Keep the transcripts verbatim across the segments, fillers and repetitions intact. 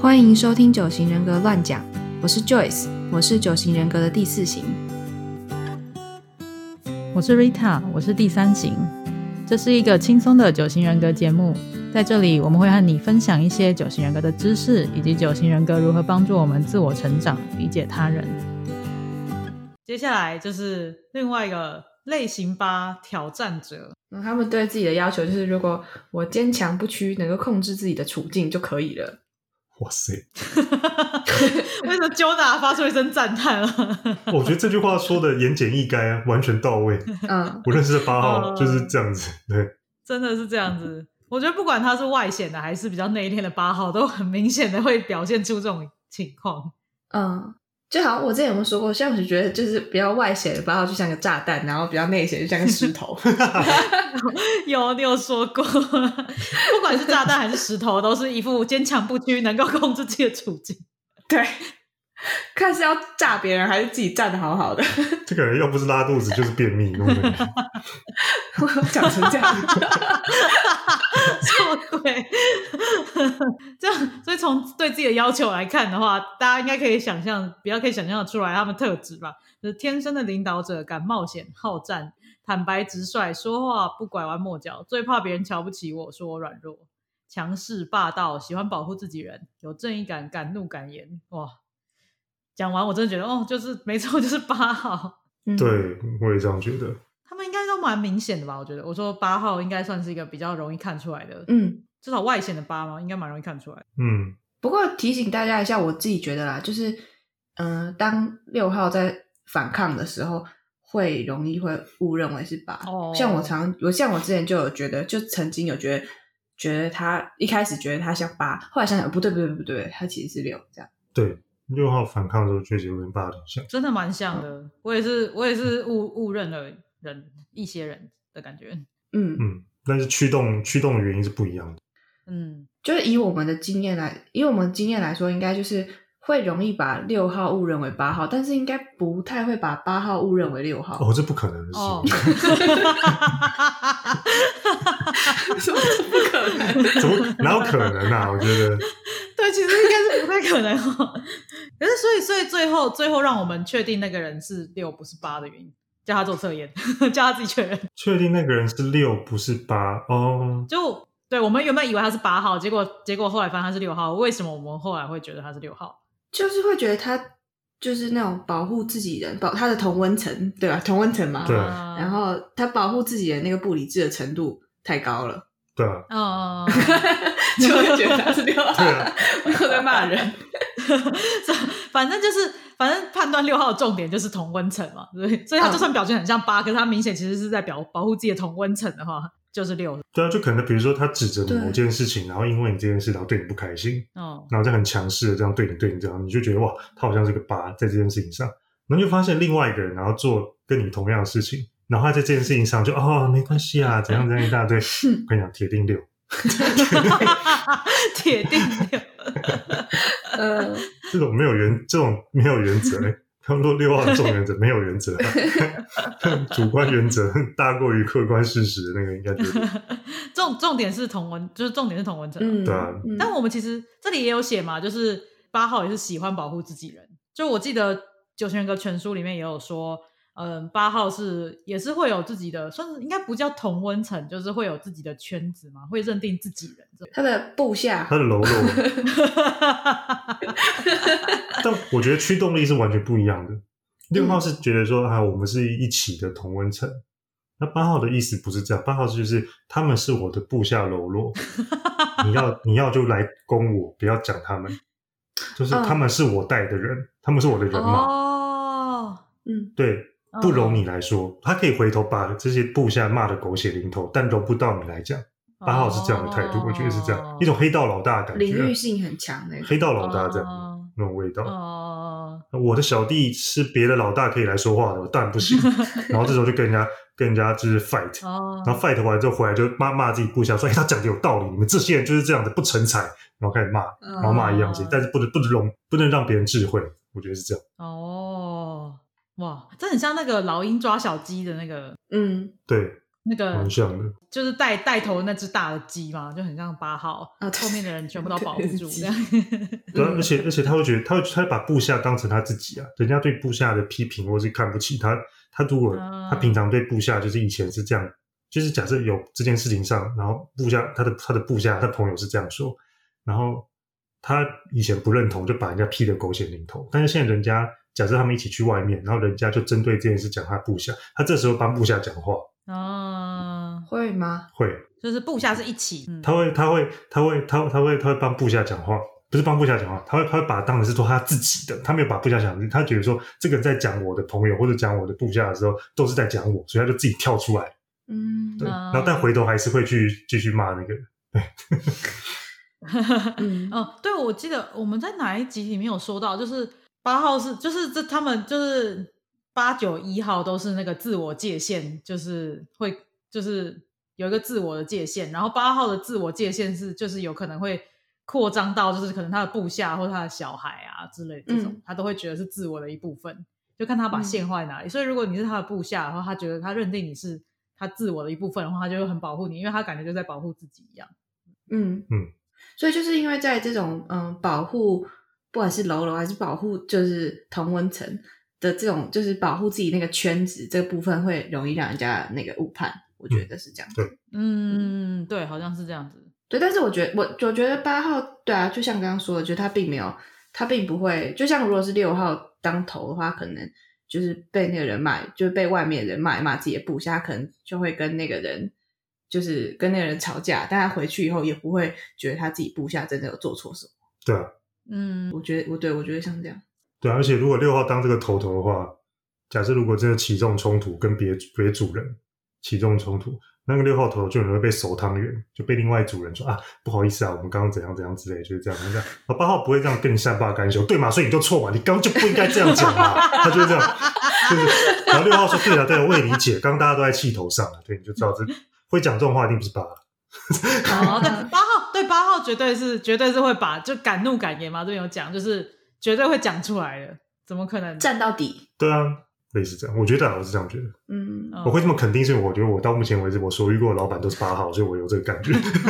欢迎收听九型人格乱讲，我是 Joyce， 我是九型人格的第四型。 我是 Rita， 我是第三型。这是一个轻松的九型人格节目，在这里我们会和你分享一些九型人格的知识，以及九型人格如何帮助我们自我成长、理解他人。接下来就是另外一个类型八挑战者、 嗯、他们对自己的要求就是如果我坚强不屈，能够控制自己的处境就可以了。 哇塞为什么揪拿发出一声赞叹了我觉得这句话说的言简意赅啊，完全到位。嗯，我认识的八号就是这样子、呃、对， 真的是这样子。我觉得不管他是外显的还是比较内敛的八号，都很明显的会表现出这种情况。 嗯，就好像我之前有没有说过，像我就觉得就是比较外显的八号就像个炸弹，然后比较内显就像个石头有，你有说过不管是炸弹还是石头都是一副坚强不屈，能够控制自己的处境。 对，看是要炸别人还是自己站得好好的这个人要不是拉肚子就是便秘我讲成这样什么鬼这样，所以从对自己的要求来看的话，大家应该可以想象比较可以想象得出来他们特质吧，就是天生的领导者，敢冒险好战，坦白直率，说话不拐弯抹角，最怕别人瞧不起我，说我软弱，强势霸道，喜欢保护自己人，有正义感，敢怒敢言。哇，讲完我真的觉得哦，就是没错，就是八号、 嗯、对，我也这样觉得。 他们应该都蛮明显的吧，我觉得我说八号应该算是一个比较容易看出来的， 嗯， 至少外显的八嘛，应该蛮容易看出来。 嗯， 不过提醒大家一下，我自己觉得啦，就是嗯、呃，当六号在反抗的时候会容易会误认为是八、哦、像我常我像我之前就有觉得，就曾经有觉得觉得他一开始觉得他像八，后来想想不对不对不对，他其实是六这样。 对，六号反抗的时候确实有点八的像， 真的蛮像的、嗯、我也是我也是误误认了人一些人的感觉。 嗯嗯，但是驱动驱动的原因是不一样的。 嗯，就是以我们的经验来以我们经验来说，应该就是会容易把六号误认为八号，但是应该不太会把八号误认为六号。 哦，这不可能的事。哦什么是不可能？ 怎么哪有可能啊？我觉得对，其实应该是不太可能哦。可是所以所以最后最后让我们确定那个人是六不是八的原因，叫他做测验叫他自己确认， 确定那个人是六不是八。哦， 就对，我们原本以为他是八号，结果结果后来发现他是六号。为什么我们后来会觉得他是六号？ 就是会觉得他就是那种保护自己人，保他的同温层，对吧？同温层嘛， 对。 然后他保护自己的那个不理智的程度太高了， 对啊， 哦、 就会觉得他是六号， 对啊， 我又在骂人。 反正就是反正判断六号的重点就是同温层嘛，对，所以他就算表现很像八、嗯，可是他明显其实是在表保护自己的同温层的话，就是六。 对啊，就可能比如说他指着你某件事情，然后因为你这件事然后对你不开心，哦，然后就很强势的这样对你对你这样，你就觉得哇，他好像是个八在这件事情上，然后就发现另外一个人然后做跟你同样的事情，然后他在这件事情上就哦没关系啊，怎样怎样一大堆，我跟你讲铁定六铁定六呃， 这种没有原这种没有原则他们说六号的重原则没有原则主观原则大过于客观事实的那个应该觉得重重点是同温，就是重点是同温层、 嗯、 对啊、 嗯、但我们其实这里也有写嘛，就是八号也是喜欢保护自己人，就我记得九型人格全书里面也有说嗯，八号是也是会有自己的，算是应该不叫同温层，就是会有自己的圈子嘛，会认定自己人， 他的部下， 他的喽啰但我觉得驱动力是完全不一样的。六号是觉得说、嗯、啊，我们是一起的同温层，那八号的意思不是这样，八号就是他们是我的部下喽啰你要你要就来攻我，不要讲他们，就是他们是我带的人、嗯、他们是我的人马哦， 嗯，对，不容你来说、哦、他可以回头把这些部下骂得狗血淋头，但容不到你来讲。八号是这样的态度、哦、我觉得是这样一种黑道老大的感觉， 领域性很强的黑道老大这样、哦、那种味道、 哦、 我的小弟是别的老大可以来说话的，我当然不行然后这时候就跟人家跟人家就是 fight、哦、然后 fight 完之后回来就骂骂自己部下说、欸、他讲的有道理，你们这些人就是这样的不成才，然后开始骂、哦、然后骂一样东西，但是不能不能不能让别人智慧，我觉得是这样。 哦，哇，这很像那个老鹰抓小鸡的那个， 嗯， 对， 那个蛮像的， 就是带带头那只大的鸡嘛，就很像八号， 啊后面的人全部都保护住这样。 对啊，而且而且他会觉得，他会他会把部下当成他自己啊，人家对部下的批评或是看不起他，他如果他平常对部下就是以前是这样，就是假设有这件事情上，然后部下他的他的部下他的朋友是这样说，然后他以前不认同，就把人家批得狗血淋头，但是现在人家假设他们一起去外面，然后人家就针对这件事讲他部下，他这时候帮部下讲话。 哦， 会吗？ 会， 就是部下是一起，嗯、 他会，他会，他会，他他会，他会帮部下讲话，不是帮部下讲话，他会，他会把它当成是说他自己的，他没有把部下讲，他觉得说这个人在讲我的朋友或者讲我的部下的时候，都是在讲我，所以他就自己跳出来， 嗯， 对，然后但回头还是会去继续骂那个人，对。 嗯、哦，对，我记得我们在哪一集里面有说到，就是八号是，就是这他们就是八九一号都是那个自我界限，就是会就是有一个自我的界限，然后八号的自我界限是就是有可能会扩张到就是可能他的部下或他的小孩啊之类的这种、嗯、他都会觉得是自我的一部分，就看他把线画在哪里、嗯、所以如果你是他的部下，然后他觉得他认定你是他自我的一部分的话，他就会很保护你，因为他感觉就在保护自己一样。 嗯嗯，所以就是因为在这种嗯保护不管是喽啰还是保护就是同温层的这种就是保护自己那个圈子这个部分会容易让人家那个误判，我觉得是这样子。 对， 嗯，对，好像是这样子。 对，但是我觉得我我觉得八号对啊，就像刚刚说的，就他并没有，他并不会，就像如果是六号当头的话，可能就是被那个人骂，就是被外面的人骂骂自己的部下，他可能就会跟那个人就是跟那个人吵架，但他回去以后也不会觉得他自己部下真的有做错什么。 对啊， 嗯， 我觉得我对我觉得像这样。 对啊，而且如果六号当这个头头的话，假设如果真的起这种冲突，跟别别主人起这种冲突，那个六号头就可能会被守汤圆，就被另外主人说啊，不好意思啊，我们刚刚怎样怎样之类，就是这样这样。啊，八号不会这样跟你善罢甘休，对嘛？所以你就错嘛，你刚刚就不应该这样讲嘛。他就会这样，就是。然后六号说，对了对了，我也理解，刚刚大家都在气头上了，对，你就知道这会讲这种话一定不是八号。 哦，对，八号对八号绝对是绝对是会把就敢怒敢言嘛，这边有讲，就是绝对会讲出来的，怎么可能站到底？ 对啊。类似这样，我觉得啊，我是这样觉得。 嗯， 我会这么肯定，是因为我觉得我到目前为止，我所遇过的老板都是八号，所以我有这个感觉。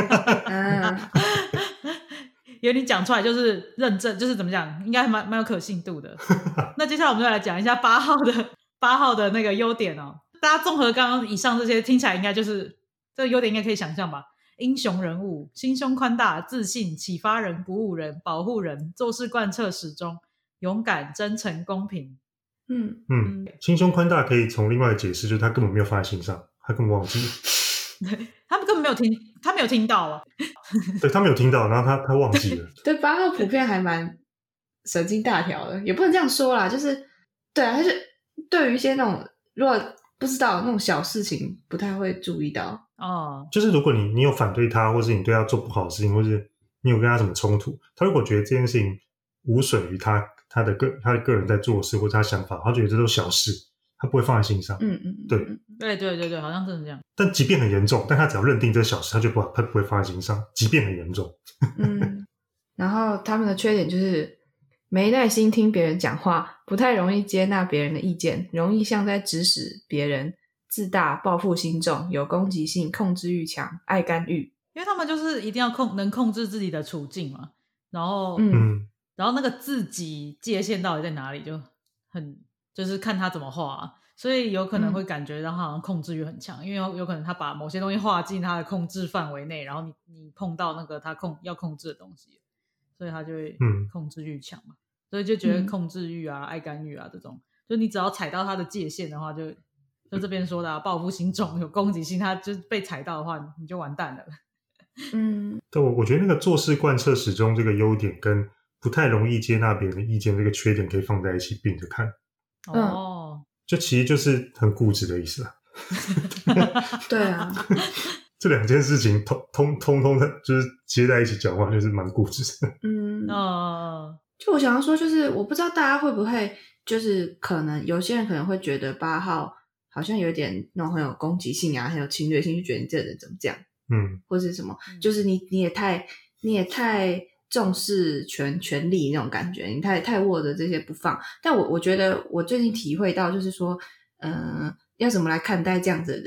因为你讲出来就是认证，就是怎么讲，应该蛮蛮有可信度的。那接下来我们就来讲一下八号的八号的那个优点哦。大家综合刚刚以上这些，听起来应该就是这个优点，应该可以想象吧？英雄人物，心胸宽大，自信，启发人，鼓舞人，保护人，做事贯彻始终，勇敢，真诚，公平。 嗯嗯，心胸宽大可以从另外的解释，就是他根本没有放在心上，他根本忘记了。 对，他们根本没有听，他没有听到啊。 对，他没有听到，然后他他忘记了。 对，八号普遍还蛮神经大条的，也不能这样说啦，就是对啊，他是对于一些那种如果不知道那种小事情，不太会注意到哦。 就是如果你你有反对他，或是你对他做不好的事情，或是你有跟他什么冲突，他如果觉得这件事情无损于他。他的个他的个人在做事或者他想法，他觉得这都小事，他不会放在心上。 嗯嗯， 对对对对对，好像真的这样。 但即便很严重，但他只要认定这小事，他就不他不会放在心上，即便很严重。 嗯，然后他们的缺点就是没耐心听别人讲话，不太容易接纳别人的意见，容易像在指使别人，自大、报复心重，有攻击性，控制欲强，爱干预。 因为他们就是一定要控能控制自己的处境嘛，然后嗯。 然后那个自己界限到底在哪里，就很就是看他怎么画、啊，所以有可能会感觉到他好像控制欲很强，嗯、因为 有, 有可能他把某些东西画进他的控制范围内，然后你你碰到那个他控要控制的东西，所以他就会控制欲强嘛，嗯、所以就觉得控制欲啊、嗯、爱干预啊这种，就你只要踩到他的界限的话，就就这边说的、啊、报复心重、有攻击性，他就被踩到的话，你就完蛋了。 嗯， 对，我我觉得那个做事贯彻始终这个优点跟不太容易接纳别人的意见这个缺点可以放在一起并着看。 哦， 就其实就是很固执的意思啦。 对啊， 这两件事情通通通通的就是接在一起讲话，就是蛮固执的。 嗯， 哦， 就我想要说，就是我不知道大家会不会，就是可能有些人可能会觉得八号好像有点那种很有攻击性啊，很有侵略性，就觉得你这个人怎么这样， 嗯， 或是什么，就是你你也太你也太重视权权力那种感觉，你太太握着这些不放。但我我觉得我最近体会到，就是说，嗯、呃，要怎么来看待这样子的人，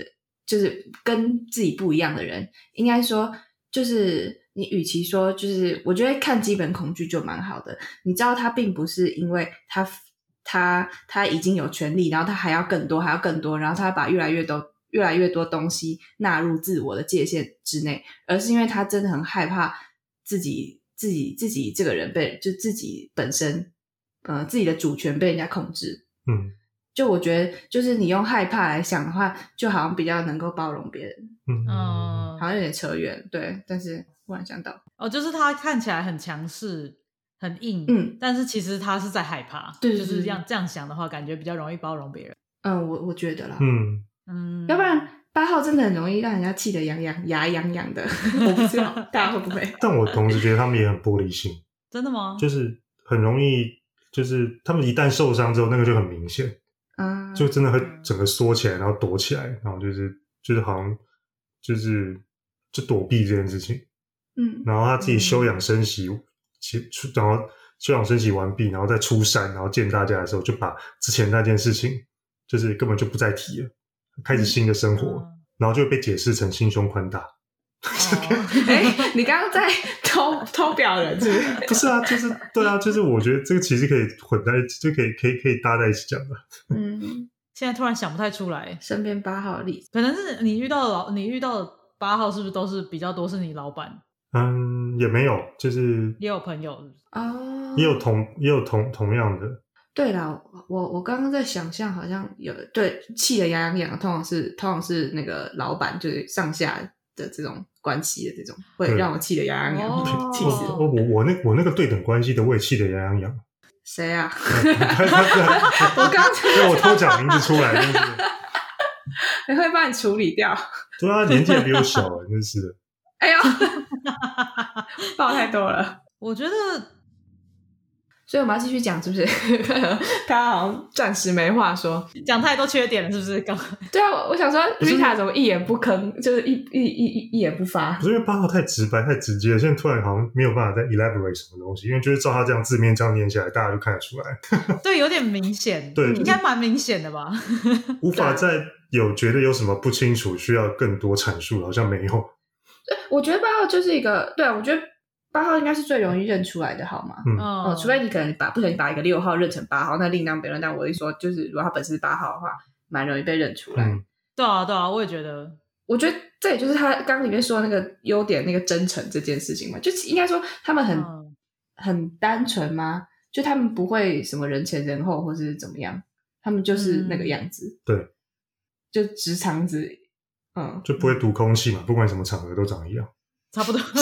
就是跟自己不一样的人，应该说就是你与其说就是我觉得看基本恐惧就蛮好的，你知道他并不是因为他他他已经有权利，然后他还要更多还要更多，然后他把越来越多越来越多东西纳入自我的界限之内，而是因为他真的很害怕自己自己自己这个人被就自己本身呃自己的主权被人家控制。 嗯， 就我觉得就是你用害怕来想的话，就好像比较能够包容别人。 嗯， 好像有点扯远，对，但是忽然想到哦，就是他看起来很强势很硬， 嗯， 但是其实他是在害怕， 对对对， 就是这样这样想的话，感觉比较容易包容别人。 嗯，我我觉得啦， 嗯嗯， 要不然八号真的很容易让人家气得痒痒牙痒痒的，我不知道大家会不会。 但我同时觉得他们也很玻璃心。 真的吗？ 就是很容易，就是他们一旦受伤之后，那个就很明显， 嗯， 就真的会整个缩起来，然后躲起来，然后就是就是好像就是就躲避这件事情。 嗯， 然后他自己休养生息，出然后休养生息完毕，然后再出山，然后见大家的时候，就把之前那件事情就是根本就不再提了，开始新的生活， 嗯、 然后就被解释成心胸宽大。 哎、哦，你刚刚在偷偷表人是不是？ 不是啊，就是对啊，就是我觉得这个其实可以混在一起，就可以可以可以搭在一起讲的。 嗯， 现在突然想不太出来身边八号的例子， 可能是你遇到的老，你遇到的八号是不是都是比较多是你老板？ 嗯，也没有，就是也有朋友是不是哦， 也有同也有同同样的。 对啦，我我刚刚在想象，好像有对气得痒痒痒，通常是通常是那个老板就是上下的这种关系的这种，会让我气得痒痒痒，气死我我我那我那个对等关系的我也气得痒痒痒。 谁啊？ 我刚才我偷讲名字出来，真是。 你会帮你处理掉？ 对啊，年纪也比我小，真是的。 哎呦，爆太多了。 我觉得， 所以我们要继续讲，是不是？他好像暂时没话说， 讲太多缺点了，是不是？刚对啊，我想说，Rita 怎么一言不吭，就是一一一一一言不发？ 不是因为八号太直白、太直接了，现在突然好像没有办法再 elaborate 什么东西，因为就是照他这样字面这样念下来，大家就看得出来。 对，有点明显， 对， 应该蛮明显的吧？ 无法再有觉得有什么不清楚，需要更多阐述，好像没有。 我觉得八号就是一个，对啊，我觉得八号应该是最容易认出来的，好吗？ 嗯， 哦，除非你可能把不小心把一个六号认成八号，那另当别论。但我一说，就是如果他本身是八号的话，蛮容易被认出来。 嗯， 对啊，对啊，我也觉得。 我觉得这也就是他刚里面说的那个优点，那个真诚这件事情嘛，就应该说他们很、嗯、很单纯吗？就他们不会什么人前人后或是怎么样，他们就是那个样子。 嗯、对， 就直肠子。嗯， 就不会读空气嘛，不管什么场合都长一样， 差不多。 为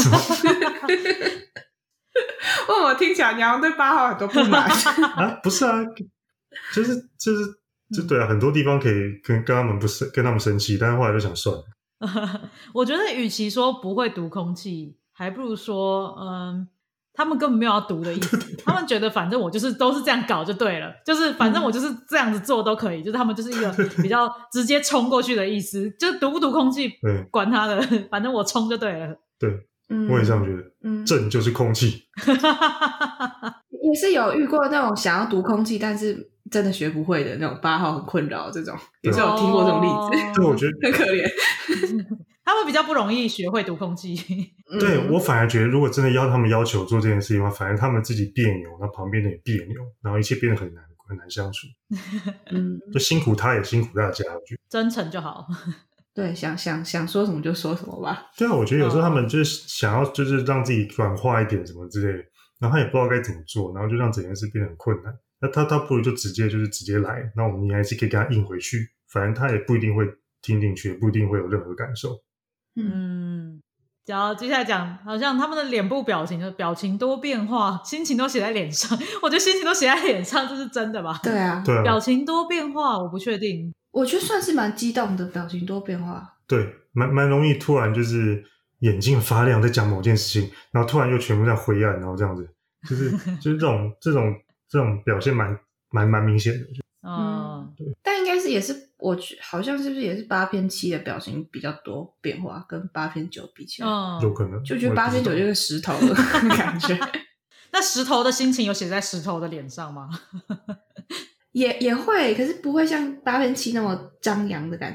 什么听起来你好像对八号很多不满啊？不是啊，就是就是就对啊，很多地方可以跟跟他们不是跟他们生气，但是后来就想算了。 我觉得与其说不会读空气，还不如说嗯。他们根本没有要读的意思，他们觉得反正我就是都是这样搞就对了，就是反正我就是这样子做都可以，就是他们就是一个比较直接冲过去的意思，就是读不读空气管他的，反正我冲就对了。 对，嗯、我也这样觉得，嗯，正就是空气。 也是有遇过那种想要读空气，但是真的学不会的那种八号很困扰这种，也是有听过这种例子， 对，我觉得很可怜。 他们比较不容易学会读空气。 对，我反而觉得如果真的要他们要求做这件事情的话，反而他们自己别扭，然后旁边的也别扭，然后一切变得很难很难相处。嗯，就辛苦他也辛苦大家，我觉得真诚就好。 对，想想想说什么就说什么吧。 对啊，我觉得有时候他们就是想要就是让自己软化一点什么之类的，然后他也不知道该怎么做，然后就让整件事变得很困难。那他他不如就直接就是直接来，那我们你还是可以给他硬回去，反正他也不一定会听进去，也不一定会有任何感受。 嗯，然后接下来讲，好像他们的脸部表情，就表情多变化，心情都写在脸上。我觉得心情都写在脸上，这是真的吧？ 对啊， 对啊， 表情多变化，我不确定。 我觉得算是蛮激动的，表情多变化。 对，蛮蛮容易突然就是眼睛发亮，在讲某件事情，然后突然又全部在灰暗，然后这样子，就是就是这种这种这种表现蛮蛮蛮明显的。 嗯， 对。 但应该是也是我好像是不是也是八偏七的表情比较多变化，跟八偏九比起来， 嗯， 有可能就觉得八偏九就是石头的感觉。 那石头的心情有写在石头的脸上吗？ 也也会，可是不会像八偏七那么张扬的感觉。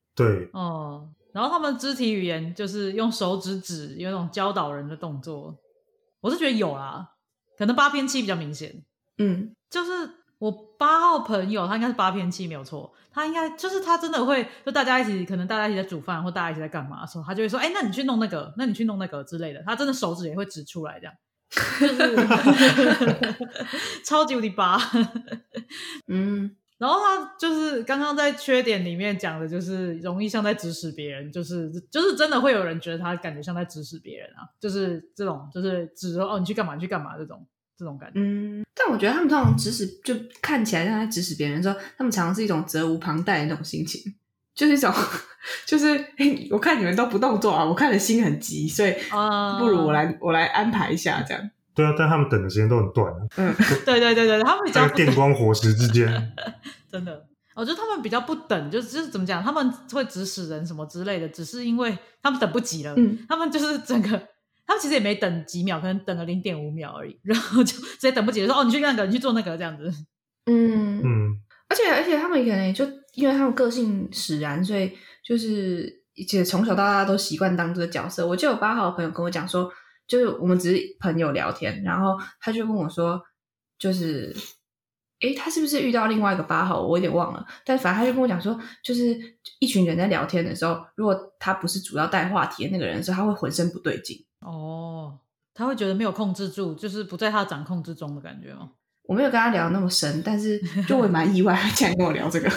对， 哦，然后他们肢体语言就是用手指指，有一种教导人的动作。我是觉得有啦，可能八偏七比较明显。 嗯， 就是我八号朋友，他应该是八偏七没有错。他应该就是他真的会，就大家一起，可能大家一起在煮饭，或大家一起在干嘛的时候，他就会说：“哎、欸，那你去弄那个，那你去弄那个之类的。”他真的手指也会指出来，这样。就是超级无敌八。 嗯。 然后他就是刚刚在缺点里面讲的，就是容易像在指使别人，就是就是真的会有人觉得他感觉像在指使别人啊，就是这种就是指说哦你去干嘛你去干嘛这种这种感觉。 嗯，但我觉得他们通常指使就看起来像在指使别人的时候，他们常常是一种责无旁贷的那种心情，就是一种就是欸，我看你们都不动作啊，我看的心很急，所以不如我来、uh... 我来安排一下这样。 对啊，但他们等的时间都很短啊。 嗯，对对对对，他们比较在电光火石之间， 真的，我觉得他们比较不等，就是就是怎么讲，他们会指使人什么之类的，只是因为他们等不及了，嗯，他们就是整个，他们其实也没等几秒，可能等了零点五秒而已，然后就直接等不及了，说哦，你去那个，你去做那个，这样子。 嗯嗯， 而且而且他们可能也就因为他们个性使然，所以就是其实从小到大都习惯当这个角色。我就有八号的朋友跟我讲说。就是我们只是朋友聊天，然后他就问我说，就是诶他是不是遇到另外一个八号，我有点忘了，但反正他就跟我讲说，就是一群人在聊天的时候，如果他不是主要带话题的那个人的时候，他会浑身不对劲。 哦，他会觉得没有控制住，就是不在他掌控之中的感觉吗？ 我没有跟他聊那么深，但是就我也蛮意外他竟然跟我聊这个。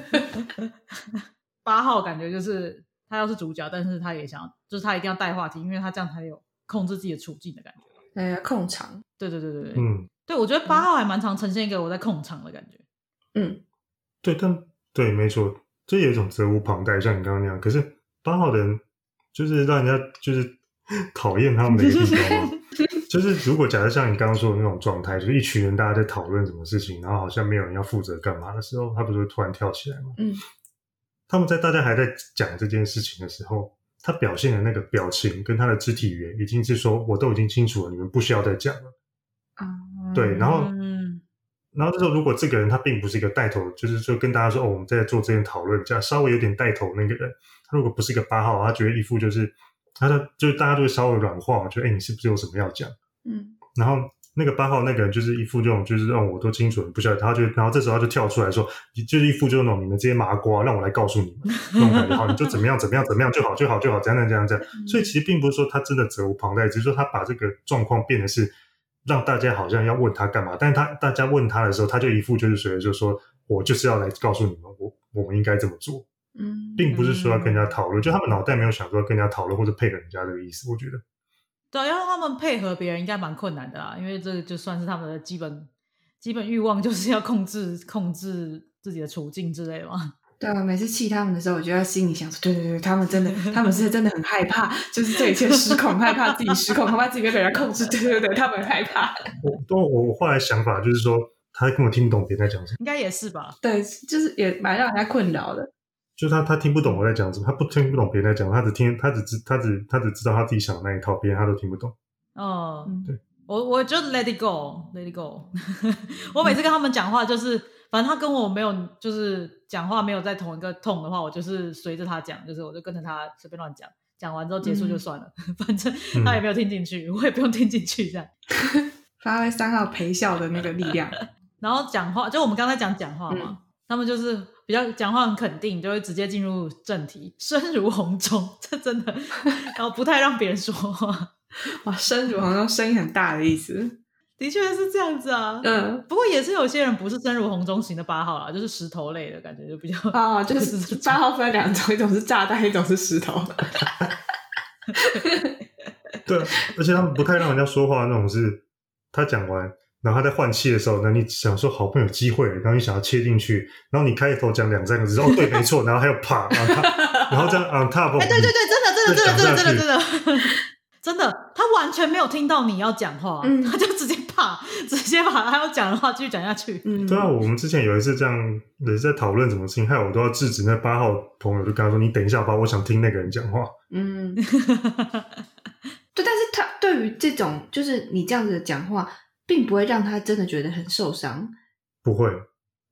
八号感觉就是他要是主角，但是他也想就是他一定要带话题，因为他这样才有控制自己的处境的感觉。 哎，控场。 对对对对对， 嗯， 对，我觉得八号还蛮常呈现一个我在控场的感觉。 嗯， 对，但对，没错，这有一种责无旁贷，像你刚刚那样。可是八号的人就是让人家就是讨厌他们的一个地方嘛。就是如果假设像你刚刚说的那种状态，就是一群人大家在讨论什么事情，然后好像没有人要负责干嘛的时候，他不是会突然跳起来吗？ 嗯， 他们在大家还在讲这件事情的时候。他表现的那个表情跟他的肢体语言已经是说我都已经清楚了，你们不需要再讲了。 嗯， 对，然后然后这时候如果这个人他并不是一个带头，就是说跟大家说哦我们在做这件讨论，这样稍微有点带头那个人，他如果不是一个八号，他觉得一副就是他的就是大家都会稍微软化，觉得哎你是不是有什么要讲？ 嗯， 然后那个八号那个人就是一副这种就是让、哦、我都清楚了不需要，他就然后这时候他就跳出来说就是一副就是那种你们这些麻瓜让我来告诉你们那种感觉，好你就怎么样怎么样怎么样就好就好就好这样这样这样、嗯、所以其实并不是说他真的责无旁贷，只是说他把这个状况变得是让大家好像要问他干嘛，但是他大家问他的时候他就一副就是随着就说我就是要来告诉你们我我们应该这么做， 嗯， 并不是说要跟人家讨论、嗯、就他们脑袋没有想说要跟人家讨论或者配合人家这个意思，我觉得对，要让他们配合别人应该蛮困难的啦，因为这个就算是他们的基本基本欲望，就是要控制控制自己的处境之类的嘛。 对啊，每次气他们的时候，我就在心里想说，对对对，他们真的，他们是真的很害怕，就是这一切失控，害怕自己失控，害怕自己被人控制，对对对，他们很害怕。 我我我后来想法就是说，他根本听不懂别人在讲什么， 应该也是吧？ 对，就是也蛮让人家困扰的。 就是他他听不懂我在讲什么，他不听不懂别人在讲，他只听他只知他只他只知道他自己想的那一套，别人他都听不懂。 哦， 对， 我我就 let it go let it go 我每次跟他们讲话就是反正他跟我没有就是讲话没有在同一个 tone 的话，我就是随着他讲，就是我就跟着他随便乱讲，讲完之后结束就算了、嗯、反正他也没有听进去、嗯、我也不用听进去这样发挥三号陪笑的那个力量。 然后讲话就我们刚才讲讲话嘛、嗯，他们就是比较讲话很肯定，就会直接进入正题，声如洪钟，这真的，然后不太让别人说话。 哇，声如洪钟，声音很大的意思， 的确是这样子啊。嗯，不过也是有些人不是声如洪钟型的八号啦，就是石头类的感觉就比较啊，就是八号分两种，一种是炸弹，一种是石头。 对，而且他们不太让人家说话那种，是他讲完。然后他在换气的时候呢，你想说好不容易有机会，然后你想要切进去，然后你开头讲两三个字，哦对没错，然后还有啪，然后这样 on top， 哎对对对，真的真的真的真的真的真的真的，他完全没有听到你要讲话，嗯、他就直接啪，直接把他要讲的话继续讲下去。嗯， 对啊，我们之前有一次这样也是在讨论什么事情，害我都要制止那八号朋友，就跟他说你等一下吧，我想听那个人讲话。 嗯，对，但是他对于这种就是你这样子的讲话并不会让他真的觉得很受伤， 不会，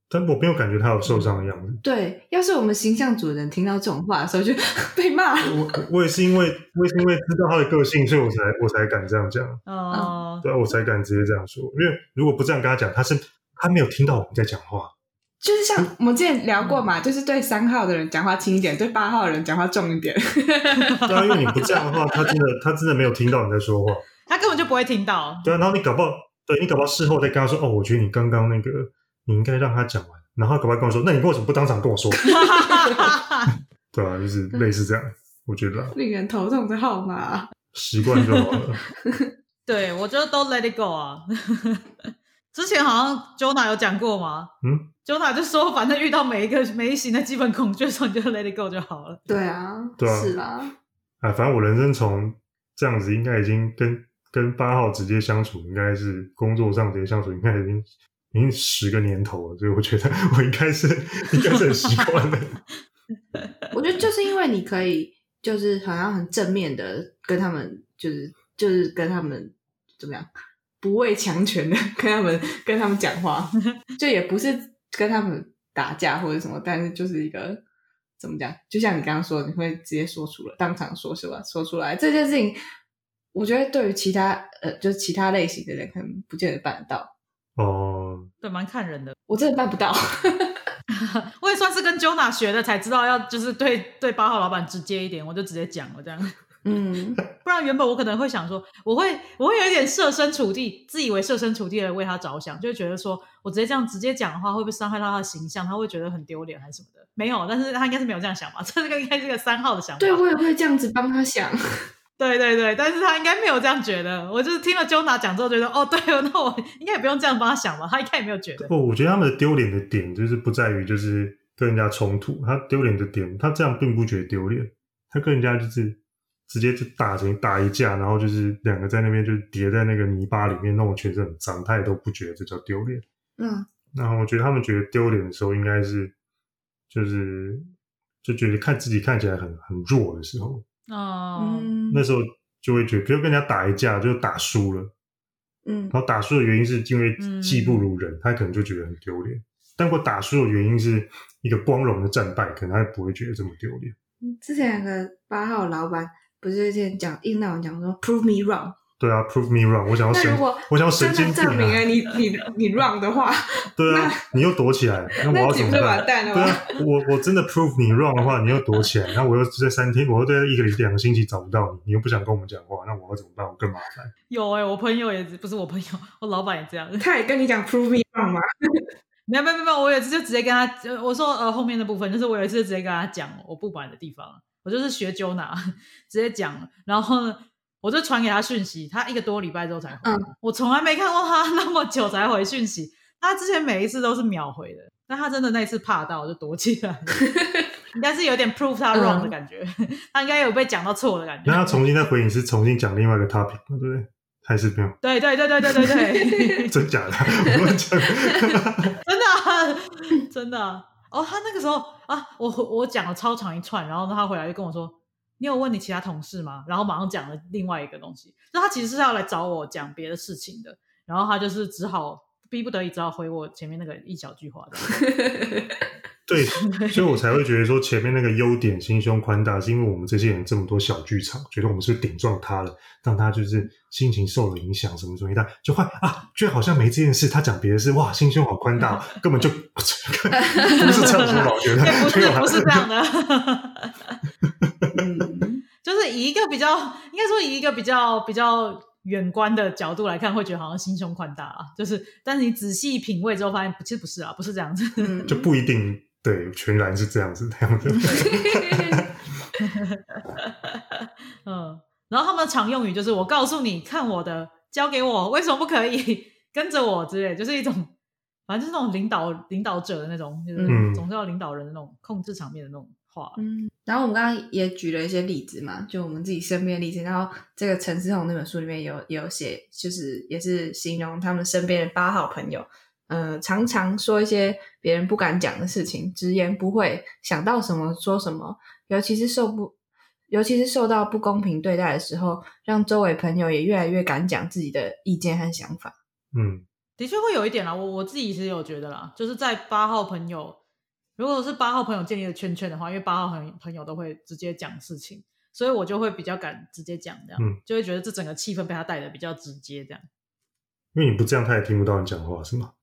但我没有感觉他有受伤的样子。 对，要是我们形象组的人听到这种话的时候就被骂。 我我也是因为我也是因为知道他的个性，所以我才我才敢这样讲。 哦、 对啊，我才敢直接这样说。因为如果不这样跟他讲，他是他没有听到我们在讲话。 就是像我们之前聊过嘛，就是对三号的人讲话轻一点，对八号的人讲话重一点。 对啊，因为你不这样的话，他真的他真的没有听到你在说话， 他根本就不会听到。 对啊，然后你搞不好，对你搞不好事后再跟他说，哦，我觉得你刚刚那个你应该让他讲完，然后他搞不好跟我说，那你为什么不当场跟我说？对啊，就是类似这样，我觉得令人头痛的号码， 习惯就好了。 对，我觉得都 let it go 啊。之前好像 Jonah 有讲过吗？ 嗯 Jonah 就说反正遇到每一个每一型的基本恐惧的时候你就 let it go 就好了。 对啊， 对啊， 是啦。 啊，反正我人生从这样子应该已经跟跟八号直接相处，应该是工作上直接相处，应该已经已经十个年头了，所以我觉得我应该是应该是很习惯的。 我觉得就是因为你可以就是好像很正面的跟他们就是就是跟他们怎么样不畏强权的跟他们跟他们讲话，就也不是跟他们打架或者什么，但是就是一个怎么讲，就像你刚刚说的，你会直接说出来，当场说出来说出来这件事情，我觉得对于其他呃就是其他类型的人可能不见得办得到。 哦， 对，蛮看人的。 我真的办不到。 我也算是跟 Jonah 学的，才知道要就是对对八号老板直接一点，我就直接讲了这样。 嗯， 不然原本我可能会想说，我会我会有一点设身处地，自以为设身处地的为他着想，就会觉得说我直接这样直接讲的话，会不会伤害到他的形象？他会觉得很丢脸还是什么的？没有，但是他应该是没有这样想吧？这个应该是个三号的想法。 对，我也会这样子帮他想。 对对对，但是他应该没有这样觉得。我就是听了 Jonah 讲之后觉得，哦，对，那我应该也不用这样帮他想吧？他应该也没有觉得。 不，我觉得他们的丢脸的点就是不在于就是跟人家冲突，他丢脸的点，他这样并不觉得丢脸，他跟人家就是直接就打成打一架，然后就是两个在那边就叠在那个泥巴里面，弄得全身很脏，他也都不觉得这叫丢脸。 嗯， 然后我觉得他们觉得丢脸的时候，应该是就是就觉得看自己看起来很很弱的时候。 哦、 嗯， 那时候就会觉得，比如跟人家打一架就打输了， 嗯， 然后打输的原因是因为技不如人，嗯、他可能就觉得很丢脸。但如果打输的原因是一个光荣的战败，可能他不会觉得这么丢脸。 之前有个八号老板不是之前讲一那种讲说 prove me wrong。 对啊 ，prove me wrong。我想要神，我想要神经病、啊。 证明了你你你 wrong 的话， 对啊，你又躲起来，那我要怎么办？ 完蛋了吧？ 对啊，我我真的 prove 你 wrong 的话，你又躲起来，那我又在三天，我又在一个两个星期找不到你，你又不想跟我们讲话，那我要怎么办？我更麻烦。 有哎、欸，我朋友也不是我朋友，我老板也这样。 他也跟你讲 prove me wrong 吗？ 没有没有没有，我有一次就直接跟他，我说呃后面的部分，就是我有一次就直接跟他讲我不满的地方，我就是学 Jonah 直接讲，然后呢。我就传给他讯息，他一个多礼拜之后才回、嗯、我从来没看过他那么久才回讯息，他之前每一次都是秒回的，但他真的那一次怕到就躲起来了。应该是有点 prove 他 wrong 的感觉、嗯、他应该有被讲到错的感觉。 那他重新再回你是重新讲另外一个 topic 对不对？还是没有？ 对对对对对对对。 真假的？我乱讲。 真的、啊、真的、啊、哦，他那个时候啊，我我讲了超长一串，然后他回来就跟我说你有问你其他同事吗？然后马上讲了另外一个东西，就他其实是要来找我讲别的事情的，然后他就是只好逼不得已只好回我前面那个一小句话对，所以我才会觉得说前面那个优点心胸宽大，是因为我们这些人这么多小剧场，觉得我们是顶撞他了，让他就是心情受了影响什么什么一大，就换啊，觉得好像没这件事，他讲别的事，哇，心胸好宽大，根本就不是这样说吧？我觉得不是不是这样的。就是以一个比较，应该说以一个比较比较远观的角度来看，会觉得好像心胸宽大啊。就是，但是你仔细品味之后，发现其实不是啊，不是这样子， 就不一定对，全然是这样子这样子。 嗯，然后他们的常用语就是“我告诉你，看我的，交给我，为什么不可以跟着我”之类，就是一种，反正就是那种领导领导者的那种，就是总是要领导人的那种控制场面的那种。 嗯，然后我们刚刚也举了一些例子嘛，就我们自己身边的例子，然后这个陈思宏那本书里面有也有写，就是也是形容他们身边的八号朋友，呃，常常说一些别人不敢讲的事情，直言不讳，想到什么说什么，尤其是受不，尤其是受到不公平对待的时候，让周围朋友也越来越敢讲自己的意见和想法。 嗯， 的确会有一点啦，我我自己是有觉得啦，就是在八号朋友，如果是八号朋友建立的圈圈的话，因为八号朋朋友都会直接讲事情，所以我就会比较敢直接讲，这样、嗯、就会觉得这整个气氛被他带的比较直接，这样。 因为你不这样，他也听不到你讲话，是吗？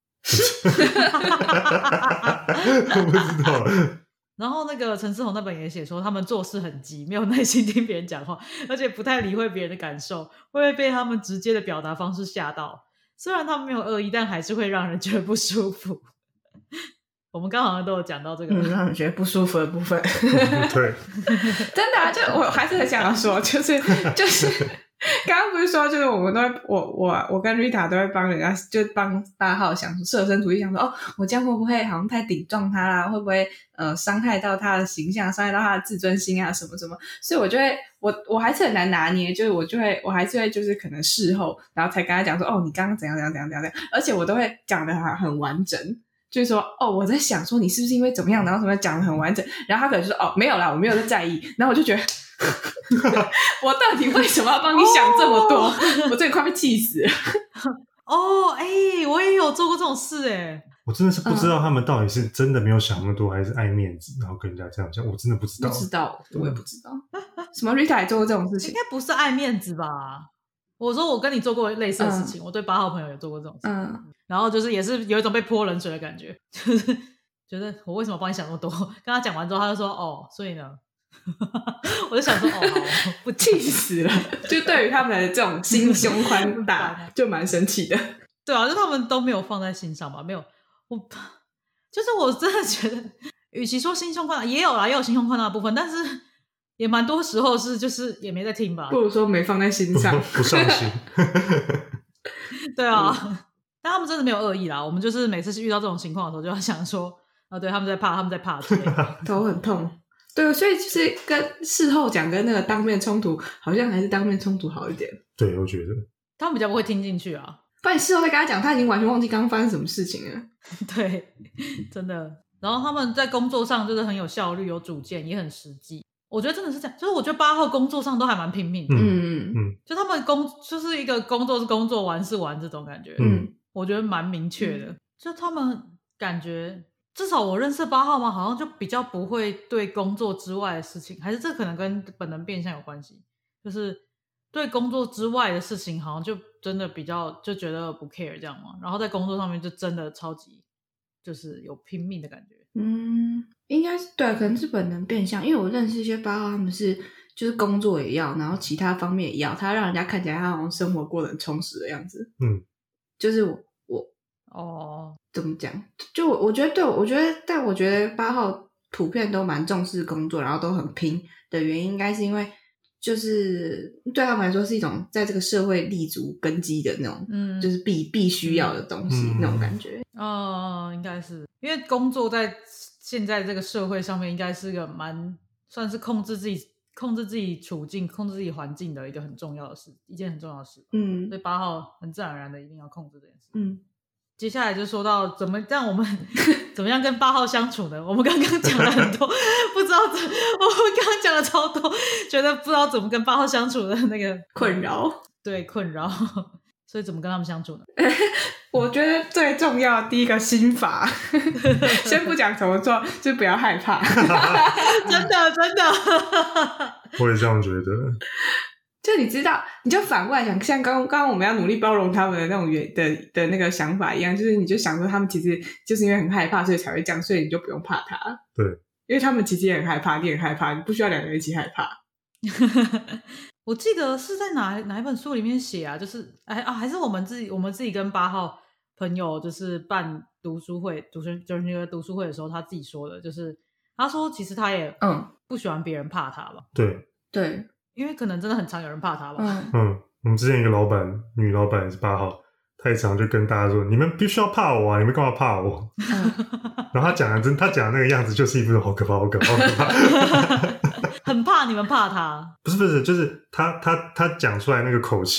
我不知道。 然后那个陈思宏那本也写说，他们做事很急，没有耐心听别人讲话，而且不太理会别人的感受，会不会被他们直接的表达方式吓到？虽然他们没有恶意，但还是会让人觉得不舒服。我们刚好像都有讲到这个、 嗯、让人觉得不舒服的部分。 对， 真的啊，就我还是很想要说，就是就是刚刚不是说，就是我们都会，我我我跟 Rita 都会帮人家，就帮八号想设身处地想说，哦，我这样会不会好像太顶撞他啦？会不会呃伤害到他的形象，伤害到他的自尊心啊，什么什么？所以我就会，我我还是很难拿捏，就是我就会，我还是会，就是可能事后，然后才跟他讲说，哦，你刚刚怎样怎样怎样怎样怎样，而且我都会讲得很很完整。就是说，哦，我在想说你是不是因为怎么样，然后什么讲得很完整，然后他可能就说，哦，没有啦，我没有在在意，然后我就觉得我到底为什么要帮你想这么多？ oh. 我真的快被气死了。 哦，哎，我也有做过这种事哎。 我真的是不知道他们到底是真的没有想那么多，还是爱面子，然后跟人家这样讲，我真的不知道。 不知道，我也不知道。什么 Rita 也做过这种事情？ 应该不是爱面子吧？我说我跟你做过类似的事情，嗯、我对八号朋友也做过这种事情，嗯，然后就是也是有一种被泼冷水的感觉，就是觉得我为什么帮你想那么多？跟他讲完之后，他就说哦，所以呢，我就想说哦，好，不气死了。就对于他们的这种心胸宽大，就蛮生气的。对啊，就他们都没有放在心上吧？没有，我就是我真的觉得，与其说心胸宽大，也有啦，也有心胸宽大的部分，但是。也蛮多时候是就是也没在听吧， 不如说没放在心上， 不, 不上心。 对啊、嗯，但他们真的没有恶意啦。我们就是每次遇到这种情况的时候，就要想说，啊，对，他们在怕，他们在怕之类的，头很痛。对，所以就是跟事后讲跟那个当面冲突，好像还是当面冲突好一点。 对，我觉得他们比较不会听进去啊。 不然你事后再跟他讲，他已经完全忘记刚刚发生什么事情了。 对，真的。然后他们在工作上就是很有效率、有主见，也很实际。我觉得真的是这样，就是我觉得八号工作上都还蛮拼命的， 嗯嗯， 就他们工就是一个工作是工作，玩是玩这种感觉， 嗯， 我觉得蛮明确的、嗯。就他们感觉，至少我认识八号嘛，好像就比较不会对工作之外的事情，还是这可能跟本能变相有关系，就是对工作之外的事情，好像就真的比较就觉得不 care 这样嘛，然后在工作上面就真的超级就是有拼命的感觉， 嗯。应该是对，可能是本能变相，因为我认识一些八号，他们是就是工作也要，然后其他方面也要，他让人家看起来他好像生活过得很充实的样子。 嗯， 就是我我哦， 怎么讲？就我我觉得对，我觉得，但我觉得八号普遍都蛮重视工作，然后都很拼的原因，应该是因为就是对他们来说是一种在这个社会立足根基的那种，嗯，就是必必须要的东西、嗯、那种感觉。 哦，应该是因为工作在。现在这个社会上面应该是个蛮算是控制自己控制自己处境控制自己环境的一个很重要的事，一件很重要的事。 嗯， 所以八号很自然而然的一定要控制这件事。 嗯， 接下来就说到怎么让我们怎么样跟八号相处呢？我们刚刚讲了很多不知道怎我们刚刚讲了超多觉得不知道怎么跟八号相处的那个困扰， 对，困扰。所以怎么跟他们相处呢？ 我觉得最重要的第一个心法先不讲怎么做，就不要害怕。 真的真的我也这样觉得。 就你知道你就反过来想，像刚刚我们要努力包容他们的那种原的的那个想法一样，就是你就想说他们其实就是因为很害怕所以才会这样，所以你就不用怕他。 对， 因为他们其实也很害怕，你也很害怕，你不需要两个人一起害怕。 我记得是在哪哪一本书里面写啊，就是哎啊，还是我们自己我们自己跟八号朋友就是办读书会，读书就是那个读书会的时候，他自己说的，就是他说其实他也嗯不喜欢别人怕他吧， 对对， 因为可能真的很常有人怕他吧。 嗯嗯，我们之前一个老板，女老板也是八号，太常就跟大家说，你们必须要怕我啊，你们干嘛怕我？然后他讲的真，他讲的那个样子就是一副好可怕，好可怕，好可怕。 很怕你们怕他， 不是不是，就是他他他讲出来那个口气，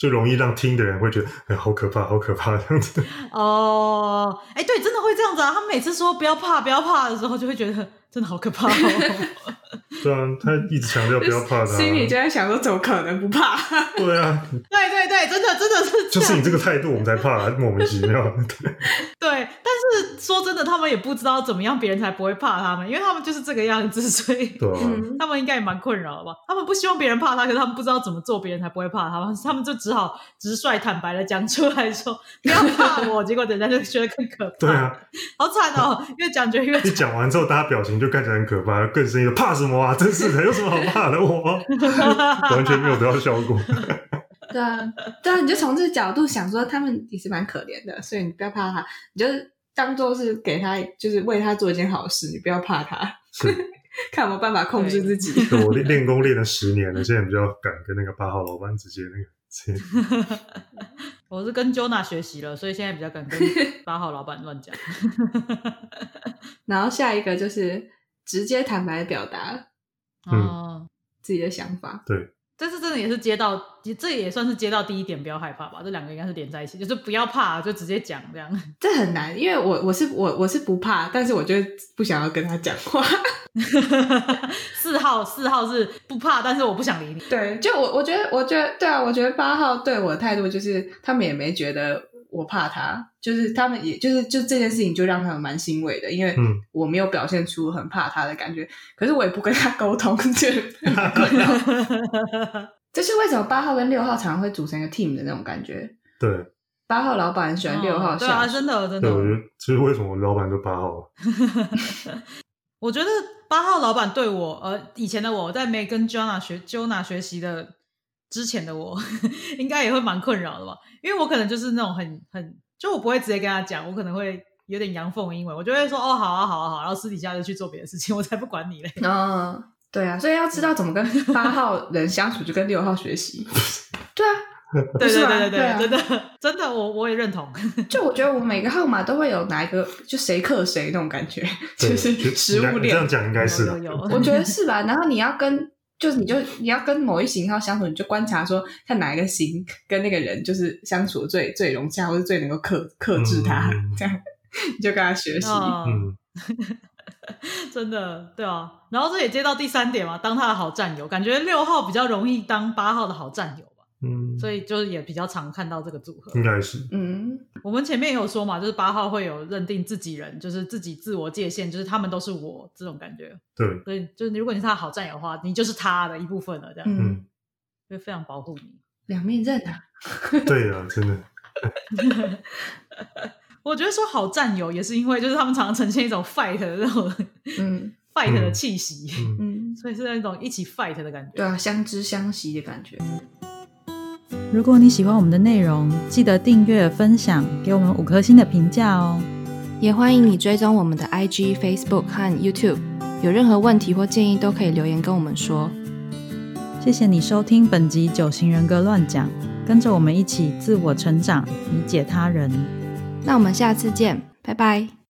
就容易让听的人会觉得哎，好可怕好可怕这样子。 哦，哎，对，真的会这样子啊，他们每次说不要怕不要怕的时候就会觉得真的好可怕哦。 对啊，他一直强调不要怕他， 心里就在想说怎么可能不怕。 对啊， 对对对，真的真的是这样， 就是你这个态度我们才怕，莫名其妙。 对，但是说真的他们也不知道怎么样别人才不会怕他们，因为他们就是这个样子，所以对啊， 他们应该也蛮困扰的吧。他们不希望别人怕他，可是他们不知道怎么做别人才不会怕他们，他们就只好直率坦白的讲出来说不要怕我，结果人家就觉得更可怕。 对啊， 好惨哦，越讲觉得越惨。 你讲完之后大家表情就看起来很可怕，更生气，怕什么啊，真是的，有什么好怕的，我完全没有得到效果。 对啊，对啊，你就从这个角度想说他们也是蛮可怜的，所以你不要怕他，你就是当做是给他，就是为他做一件好事，你不要怕他。看有没有办法控制自己。 我练功练了十年了，现在比较敢跟那个八号老板直接那个直接我是跟 Jonah 学习了，所以现在比较敢跟八号老板乱讲。 然后下一个就是直接坦白表达嗯自己的想法。 对， 这次真的也是接到，这也算是接到第一点，不要害怕吧。这两个应该是连在一起，就是不要怕，就直接讲这样。 这很难，因为我我是我我是不怕，但是我就不想要跟他讲话。 四号四号是不怕，但是我不想理你。 对，就我我觉得我觉得对啊，我觉得八号对我的态度就是他们也没觉得我怕他，就是他们也就是就这件事情就让他们蛮欣慰的，因为我没有表现出很怕他的感觉，可是我也不跟他沟通，就很困扰。这是为什么八号跟六号常常会组成一个 team 的那种感觉。 对， 八号老板很喜欢六号下属、哦、 对啊，真的真的。 对，我觉得其实为什么老板都八号？ 我觉得八号老板对我，呃，以前的我在没跟 Jonah 学 Jonah 学习的之前的我，应该也会蛮困扰的吧？因为我可能就是那种很很，就我不会直接跟他讲，我可能会有点阳奉阴违，我就会说哦，好啊，好啊，好啊，然后私底下就去做别的事情，我才不管你嘞。 哦，对啊，所以要知道怎么跟八号人相处，就跟六号学习。对啊。 对对对对对， 啊、 真的真的，我我也认同。 就我觉得我们每个号码都会有哪一个，就谁克谁那种感觉，就是食物链。 这样讲应该是， 有有有我觉得是吧？然后你要跟，就是你就你要跟某一型号相处，你就观察说，看哪一个型跟那个人就是相处最最融洽，或是最能够克克制他，嗯、这样你就跟他学习。 嗯，真的对啊。然后这也接到第三点嘛，当他的好战友，感觉六号比较容易当八号的好战友。 嗯， 所以就是也比较常看到这个组合， 应该是。 嗯， 我们前面也有说嘛，就是八号会有认定自己人，就是自己自我界限，就是他们都是我这种感觉。 对， 所以就是如果你是他的好战友的话，你就是他的一部分了，这样， 嗯， 会非常保护你。 两面刃啊！ 对啊，真的。 我觉得说好战友也是因为，就是他们常常呈现一种 fight 的那种，嗯 ，fight 的气息，嗯，所以是那种一起 fight 的感觉。 对啊，相知相惜的感觉。 如果你喜欢我们的内容，记得订阅、分享，给我们五颗星的评价哦。 也欢迎你追踪我们的 I G、Facebook 和 YouTube， 有任何问题或建议都可以留言跟我们说。 谢谢你收听本集九型人格乱讲，跟着我们一起自我成长，理解他人。 那我们下次见，拜拜。